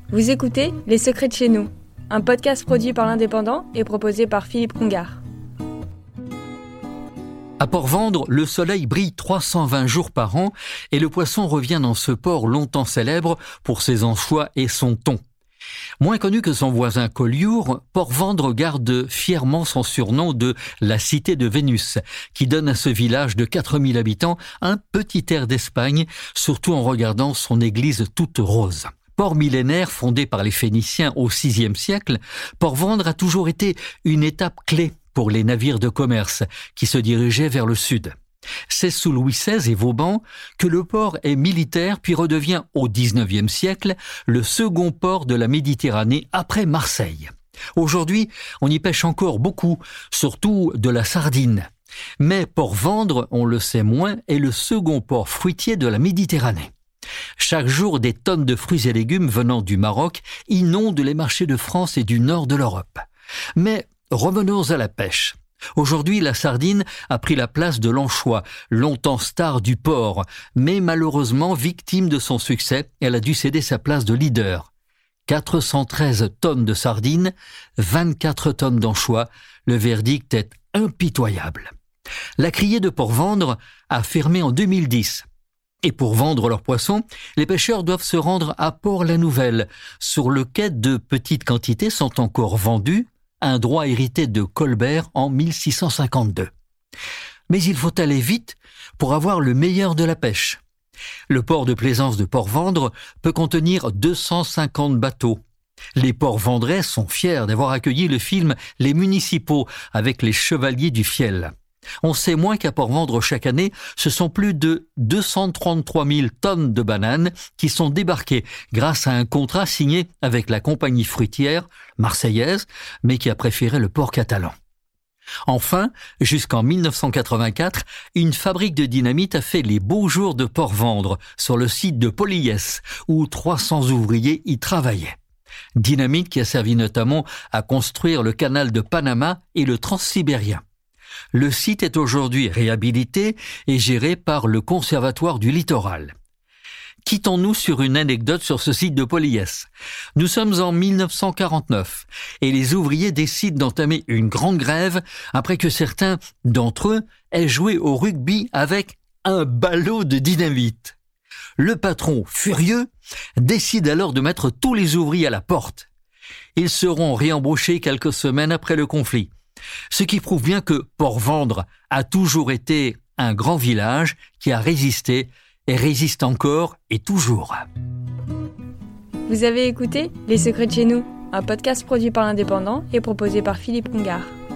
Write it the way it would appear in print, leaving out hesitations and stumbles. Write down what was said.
Vous écoutez Les Secrets de chez nous, un podcast produit par l'Indépendant et proposé par Philippe Congar. À Port-Vendre, le soleil brille 320 jours par an et le poisson revient dans ce port longtemps célèbre pour ses anchois et son thon. Moins connu que son voisin Collioure, Port-Vendre garde fièrement son surnom de la Cité de Vénus, qui donne à ce village de 4000 habitants un petit air d'Espagne, surtout en regardant son église toute rose. Port millénaire fondé par les Phéniciens au VIe siècle, Port-Vendre a toujours été une étape clé pour les navires de commerce qui se dirigeaient vers le sud. C'est sous Louis XVI et Vauban que le port est militaire puis redevient au XIXe siècle le second port de la Méditerranée après Marseille. Aujourd'hui, on y pêche encore beaucoup, surtout de la sardine. Mais Port-Vendre, on le sait moins, est le second port fruitier de la Méditerranée. Chaque jour, des tonnes de fruits et légumes venant du Maroc inondent les marchés de France et du nord de l'Europe. Mais revenons à la pêche. Aujourd'hui, la sardine a pris la place de l'anchois, longtemps star du port, mais malheureusement victime de son succès, elle a dû céder sa place de leader. 413 tonnes de sardines, 24 tonnes d'anchois, le verdict est impitoyable. La criée de Port-Vendre a fermé en 2010. Et pour vendre leurs poissons, les pêcheurs doivent se rendre à Port-la-Nouvelle, sur lequel de petites quantités sont encore vendues, un droit hérité de Colbert en 1652. Mais il faut aller vite pour avoir le meilleur de la pêche. Le port de plaisance de Port-Vendre peut contenir 250 bateaux. Les Port-Vendrais sont fiers d'avoir accueilli le film Les Municipaux avec les Chevaliers du Fiel. On sait moins qu'à Port-Vendre chaque année, ce sont plus de 233 000 tonnes de bananes qui sont débarquées grâce à un contrat signé avec la compagnie fruitière marseillaise, mais qui a préféré le port catalan. Enfin, jusqu'en 1984, une fabrique de dynamite a fait les beaux jours de Port-Vendre sur le site de Poliès, où 300 ouvriers y travaillaient. Dynamite qui a servi notamment à construire le canal de Panama et le Transsibérien. Le site est aujourd'hui réhabilité et géré par le Conservatoire du Littoral. Quittons-nous sur une anecdote sur ce site de Poliès. Nous sommes en 1949 et les ouvriers décident d'entamer une grande grève après que certains d'entre eux aient joué au rugby avec un ballot de dynamite. Le patron, furieux, décide alors de mettre tous les ouvriers à la porte. Ils seront réembauchés quelques semaines après le conflit. Ce qui prouve bien que Port-Vendre a toujours été un grand village qui a résisté et résiste encore et toujours. Vous avez écouté Les Secrets de chez nous, un podcast produit par l'Indépendant et proposé par Philippe Congar.